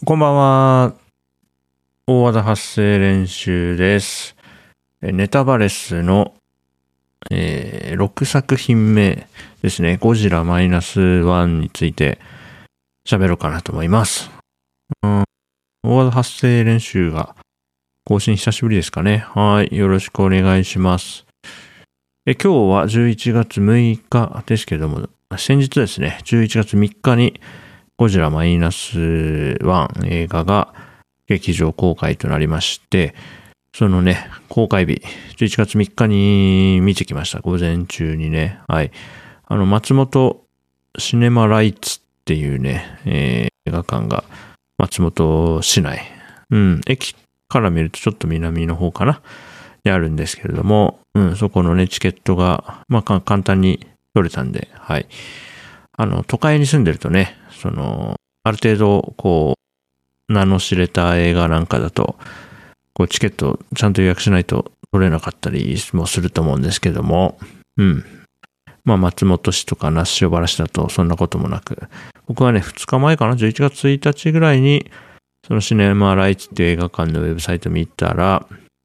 こんばんは。大技発声練習です。ネタバレスの、6作品目ですね。ゴジラ -1 について喋ろうかなと思います。大技発声練習が更新久しぶりですかね。はい。よろしくお願いします。今日は11月6日ですけども、先日ですね、11月3日にゴジラ -1 映画が劇場公開となりまして、そのね、公開日、11月3日に見てきました。午前中にね。はい。松本シネマライツっていうね、映画館が松本市内。駅から見るとちょっと南の方かなにあるんですけれども、そこのね、チケットが、簡単に取れたんで、はい。都会に住んでるとね、ある程度、名の知れた映画なんかだと、チケットちゃんと予約しないと取れなかったりもすると思うんですけども、松本市とか那須塩原市だとそんなこともなく、僕はね、2日前かな、11月1日ぐらいに、そのシネマライツっていう映画館のウェブサイト見たら、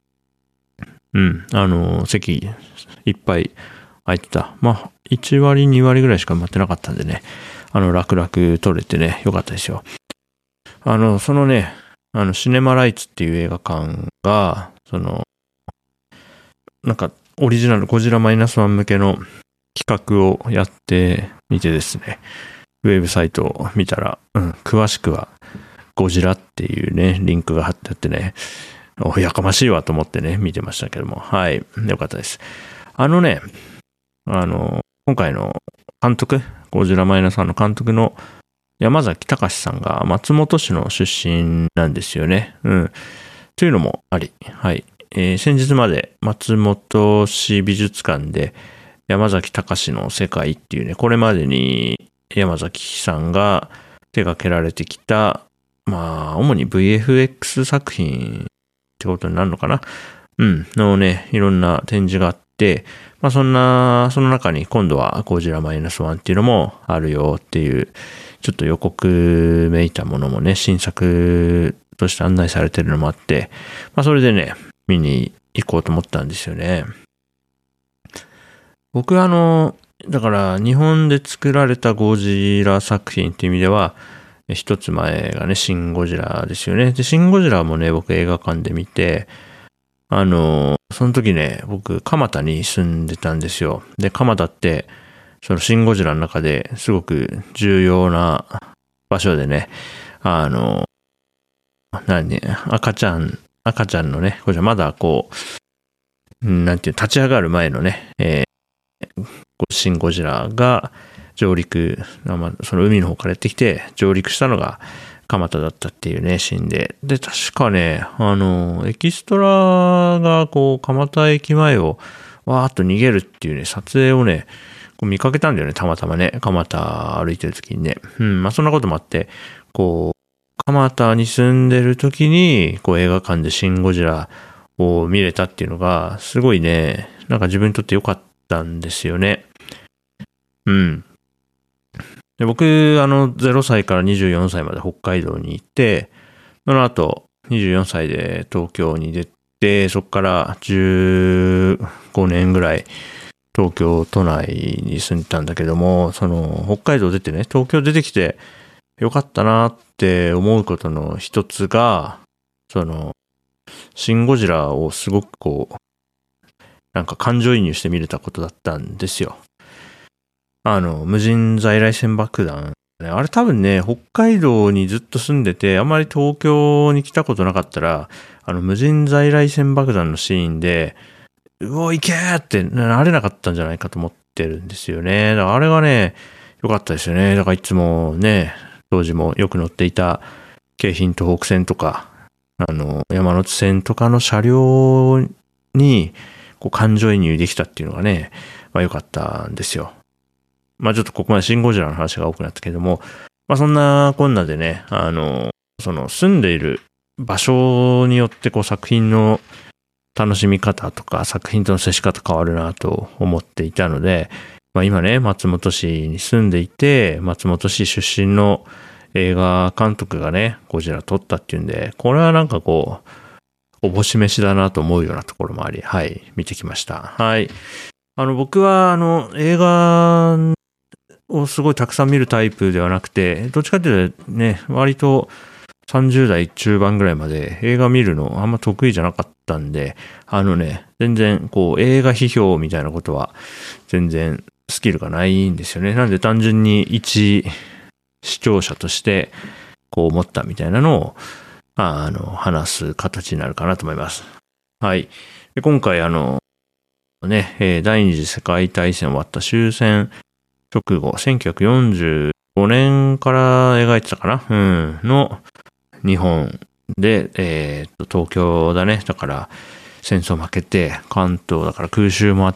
席いっぱい空いてた。1割、2割ぐらいしか待ってなかったんでね、楽々取れてね、よかったですよ。そのね、シネマライツっていう映画館が、オリジナルゴジラ -1 向けの企画をやってみてですね、ウェブサイトを見たら、詳しくはゴジラっていうね、リンクが貼ってあってね、やかましいわと思ってね、見てましたけども、はい、よかったです。今回の監督、ゴジラ -1 の監督の山崎隆さんが松本市の出身なんですよね。というのもあり、はい。先日まで松本市美術館で山崎隆の世界っていうね、これまでに山崎さんが手掛けられてきた、主に VFX 作品ってことになるのかな。のね、いろんな展示があって、その中に今度はゴジラ -1 っていうのもあるよっていう、ちょっと予告めいたものもね、新作として案内されてるのもあって、それでね、見に行こうと思ったんですよね。僕だから日本で作られたゴジラ作品っていう意味では、一つ前がね、シン・ゴジラですよね。で、シン・ゴジラもね、僕映画館で見て、その時ね、僕、蒲田に住んでたんですよ。で、蒲田って、そのシン・ゴジラの中ですごく重要な場所でね、赤ちゃんのね、これまだ立ち上がる前のね、シン・ゴジラが上陸、その海の方からやってきて上陸したのが蒲田だったっていうね、シーンで。で、確かね、エキストラが蒲田駅前をわーっと逃げるっていうね、撮影をね、見かけたんだよね、たまたまね。蒲田歩いてる時にね。そんなこともあって、蒲田に住んでる時に、映画館でシン・ゴジラを見れたっていうのが、すごいね、自分にとって良かったんですよね。で、僕、0歳から24歳まで北海道に行って、その後、24歳で東京に出て、そこから15年ぐらい、東京都内に住んでたんだけども、北海道出てね、東京出てきてよかったなって思うことの一つが、シン・ゴジラをすごく感情移入して見れたことだったんですよ。無人在来線爆弾。あれ多分ね、北海道にずっと住んでて、あんまり東京に来たことなかったら、無人在来線爆弾のシーンで、行けーってなれなかったんじゃないかと思ってるんですよね。だからあれがね、良かったですよね。だからいつもね、当時もよく乗っていた京浜東北線とか、山手線とかの車両に、感情移入できたっていうのがね、良かったんですよ。ちょっとここまでシン・ゴジラの話が多くなったけども、そんなこんなでね、住んでいる場所によって作品の楽しみ方とか作品との接し方変わるなと思っていたので、今ね、松本市に住んでいて、松本市出身の映画監督がね、ゴジラ撮ったっていうんで、これはなんかこう、おぼし飯だなと思うようなところもあり、はい、見てきました。はい。僕は、映画をすごいたくさん見るタイプではなくて、どっちかっていうとね、割と30代中盤ぐらいまで映画見るのあんま得意じゃなかったんで、全然こう映画批評みたいなことは全然スキルがないんですよね。なんで単純に一視聴者としてこう思ったみたいなのを話す形になるかなと思います。はい。で今回第二次世界大戦終わった終戦直後、1945年から描いてたかなの日本で、東京だね。だから戦争負けて、関東だから空襲もあって、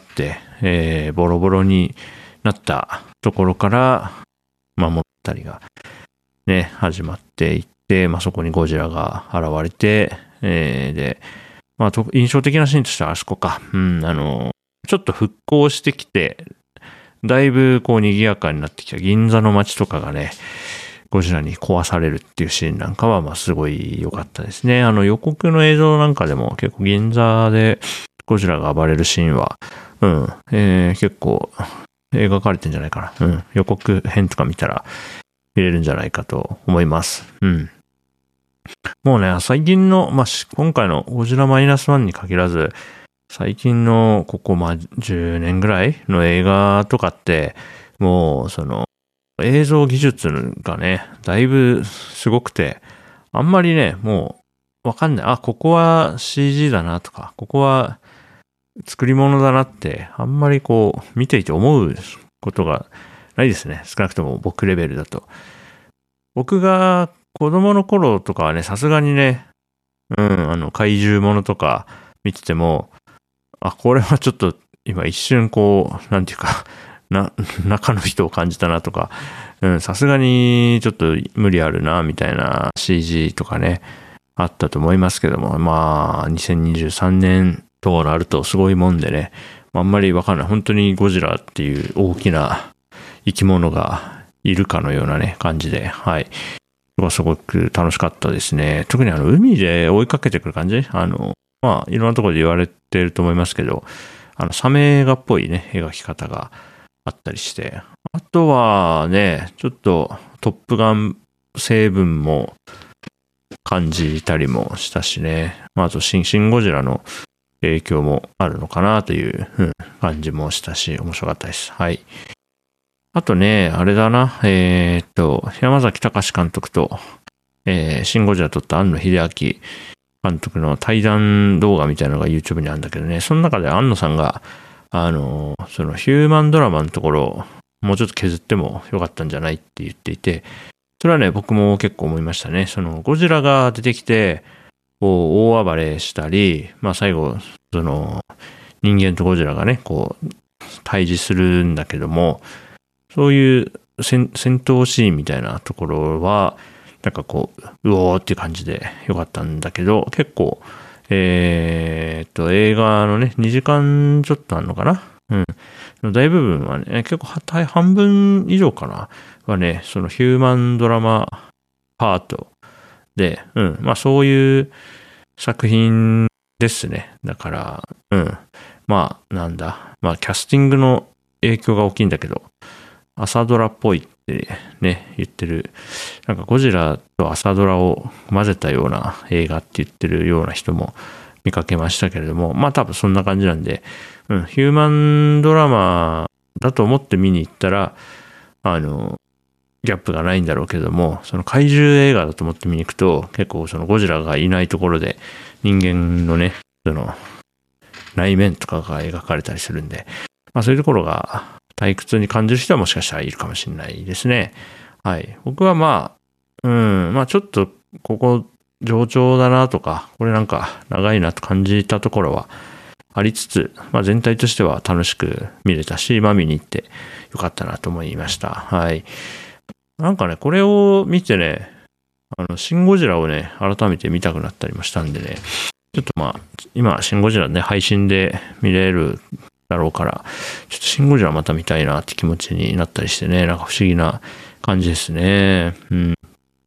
ボロボロになったところから守ったりがね、始まっていって、そこにゴジラが現れて、で、印象的なシーンとしてはあそこか。ちょっと復興してきて、だいぶこう賑やかになってきた銀座の街とかがね、ゴジラに壊されるっていうシーンなんかは、すごい良かったですね。予告の映像なんかでも結構銀座でゴジラが暴れるシーンは、結構描かれてんじゃないかな。予告編とか見たら見れるんじゃないかと思います。もうね、最近の、今回のゴジラマイナス1に限らず、最近のここ10年ぐらいの映画とかって、もう映像技術がね、だいぶすごくて、あんまりね、もうわかんない。ここは CG だなとか、ここは作り物だなって、あんまりこう見ていて思うことがないですね。少なくとも僕レベルだと。僕が子供の頃とかはね、さすがにね、怪獣ものとか見てても、これはちょっと今一瞬こう、なんていうか、中の人を感じたなとか、さすがにちょっと無理あるな、みたいな CG とかね、あったと思いますけども、2023年となるとすごいもんでね、あんまりわかんない。本当にゴジラっていう大きな生き物がいるかのようなね、感じで、はい。すごく楽しかったですね。特に海で追いかけてくる感じいろんなところで言われてると思いますけど、サメ映画っぽいね、描き方があったりして。あとはね、ちょっとトップガン成分も感じたりもしたしね。あとシンゴジラの影響もあるのかなという感じもしたし、面白かったです。はい。あとね、あれだな、山崎隆監督と、シンゴジラ撮った庵野秀明監督の対談動画みたいなのが YouTube にあるんだけどね、その中で庵野さんが、そのヒューマンドラマのところをもうちょっと削ってもよかったんじゃないって言っていて、それはね、僕も結構思いましたね。ゴジラが出てきて、大暴れしたり、最後、人間とゴジラがね、対峙するんだけども、そういう戦闘シーンみたいなところは、なんかうおーっていう感じでよかったんだけど、結構、映画のね、2時間ちょっとあるのかな大部分はね、結構半分以上かなはね、そのヒューマンドラマパートで、そういう作品ですね。だから、なんだ。キャスティングの影響が大きいんだけど、朝ドラっぽいってね、言ってる。なんかゴジラと朝ドラを混ぜたような映画って言ってるような人も見かけましたけれども、多分そんな感じなんで、ヒューマンドラマだと思って見に行ったら、ギャップがないんだろうけども、その怪獣映画だと思って見に行くと、結構そのゴジラがいないところで人間のね、内面とかが描かれたりするんで、そういうところが退屈に感じる人はもしかしたらいるかもしれないですね。はい。僕はちょっとここ冗長だなとか、これなんか長いなと感じたところはありつつ、全体としては楽しく見れたし、見に行ってよかったなと思いました。はい。なんかね、これを見てね、シン・ゴジラをね、改めて見たくなったりもしたんでね、ちょっと今、シン・ゴジラね、配信で見れるだろうから、ちょっとシン・ゴジラまた見たいなって気持ちになったりしてね、なんか不思議な感じですね。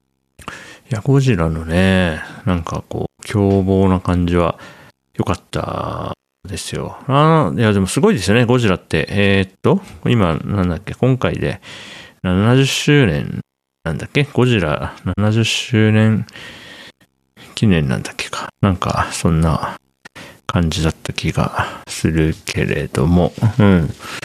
いや、ゴジラのね、なんかこう、凶暴な感じは良かったですよ。いや、でもすごいですよね、ゴジラって。今、なんだっけ、今回で70周年なんだっけ、ゴジラ70周年記念なんだっけか。なんか、そんな感じだった気がするけれども、うん。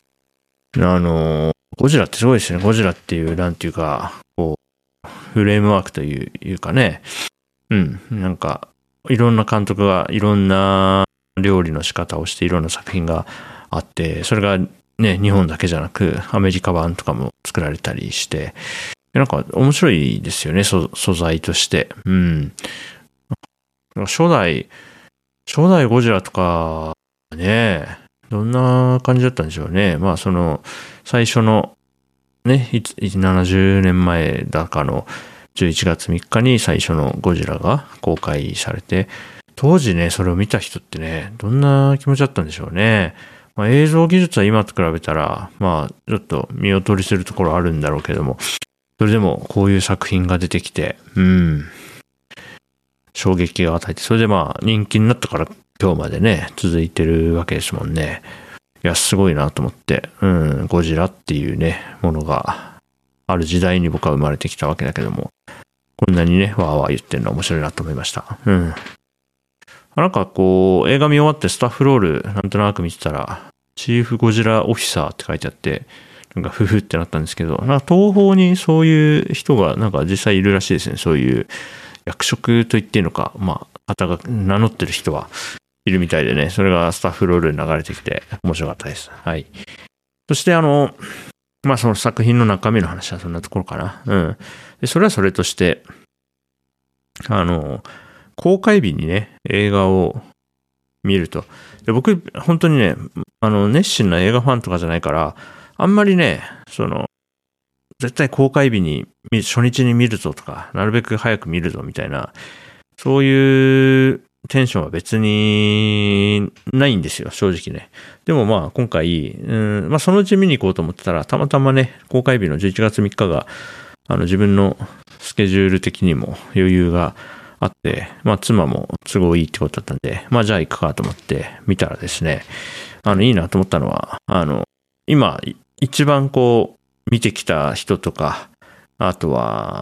ゴジラってすごいですね。ゴジラっていう、なんていうか、こう、フレームワークというかね、うん、なんか、いろんな監督がいろんな料理の仕方をしていろんな作品があって、それがね、日本だけじゃなく、アメリカ版とかも作られたりして、なんか面白いですよね、素材として。うん。初代ゴジラとか、ね、どんな感じだったんでしょうね。まあ、その、最初の、ね、70年前だかの11月3日に最初のゴジラが公開されて、当時ね、それを見た人ってね、どんな気持ちだったんでしょうね。まあ、映像技術は今と比べたら、まあ、ちょっと見劣りするところあるんだろうけども、それでもこういう作品が出てきて、衝撃を与えて、それでまあ人気になったから今日までね、続いてるわけですもんね。いや、すごいなと思って、ゴジラっていうね、ものがある時代に僕は生まれてきたわけだけども、こんなにね、わーわー言ってるのは面白いなと思いました。なんかこう、映画見終わってスタッフロールなんとなく見てたら、チーフゴジラオフィサーって書いてあって、なんかフフってなったんですけど、なんか東方にそういう人がなんか実際いるらしいですね。そういう役職と言っていいのか、まあ、方が名乗ってる人はいるみたいでね、それがスタッフロールに流れてきて面白かったです。はい。そしてまあその作品の中身の話はそんなところかな。で、それはそれとして、公開日にね、映画を見ると。で、僕、本当にね、熱心な映画ファンとかじゃないから、あんまりね、絶対公開日に、初日に見るぞとか、なるべく早く見るぞみたいな、そういうテンションは別にないんですよ、正直ね。でもまあ今回、まあそのうち見に行こうと思ってたら、たまたまね、公開日の11月3日が、自分のスケジュール的にも余裕があって、まあ妻も都合いいってことだったんで、まあじゃあ行くかと思って見たらですね、いいなと思ったのは、今、一番こう、見てきた人とか、あとは、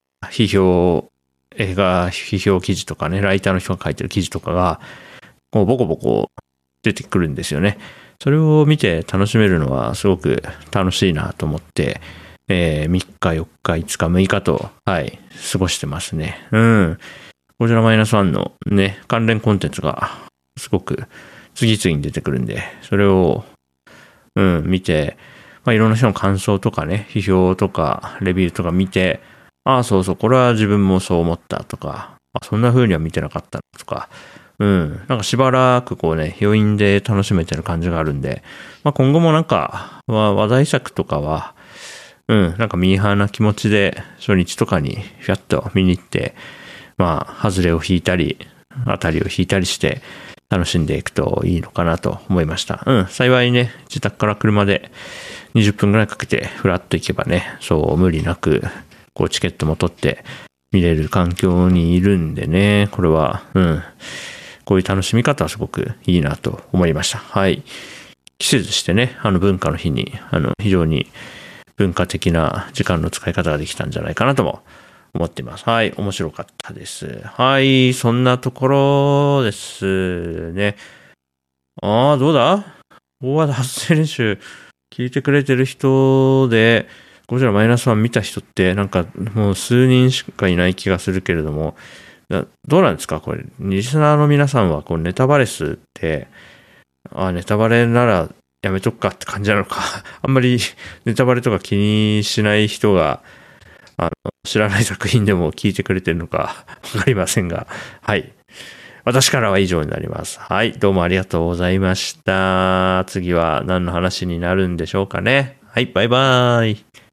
映画批評記事とかね、ライターの人が書いてる記事とかが、こう、ボコボコ出てくるんですよね。それを見て楽しめるのはすごく楽しいなと思って、3日、4日、5日、6日と、はい、過ごしてますね。ゴジラマイナス1のね、関連コンテンツがすごく次々に出てくるんで、それを、見て、まあ、いろんな人の感想とかね、批評とか、レビューとか見て、ああ、そうそう、これは自分もそう思ったとか、そんな風には見てなかったとか、なんかしばらくこうね、余韻で楽しめてる感じがあるんで、まあ、今後もなんか、話題作とかは、なんかミーハーな気持ちで初日とかにフィャッと見に行って、まあ、外れを引いたり、当たりを引いたりして、楽しんでいくといいのかなと思いました。幸いね、自宅から車で20分ぐらいかけてフラッと行けばね、そう無理なく、こうチケットも取って見れる環境にいるんでね、これは、こういう楽しみ方はすごくいいなと思いました。はい。季節してね、文化の日に、非常に文化的な時間の使い方ができたんじゃないかなとも思っています。はい。面白かったです。はい。そんなところですね。どうだ大和田発声練習聞いてくれてる人で、ゴジラマイナス1見た人ってなんかもう数人しかいない気がするけれども、どうなんですかこれ、リスナーの皆さんはこうネタバレスって、ネタバレならやめとくかって感じなのか。あんまりネタバレとか気にしない人が、知らない作品でも聞いてくれてるのかわかりませんが、はい。私からは以上になります。はい。どうもありがとうございました。次は何の話になるんでしょうかね。はい。バイバーイ。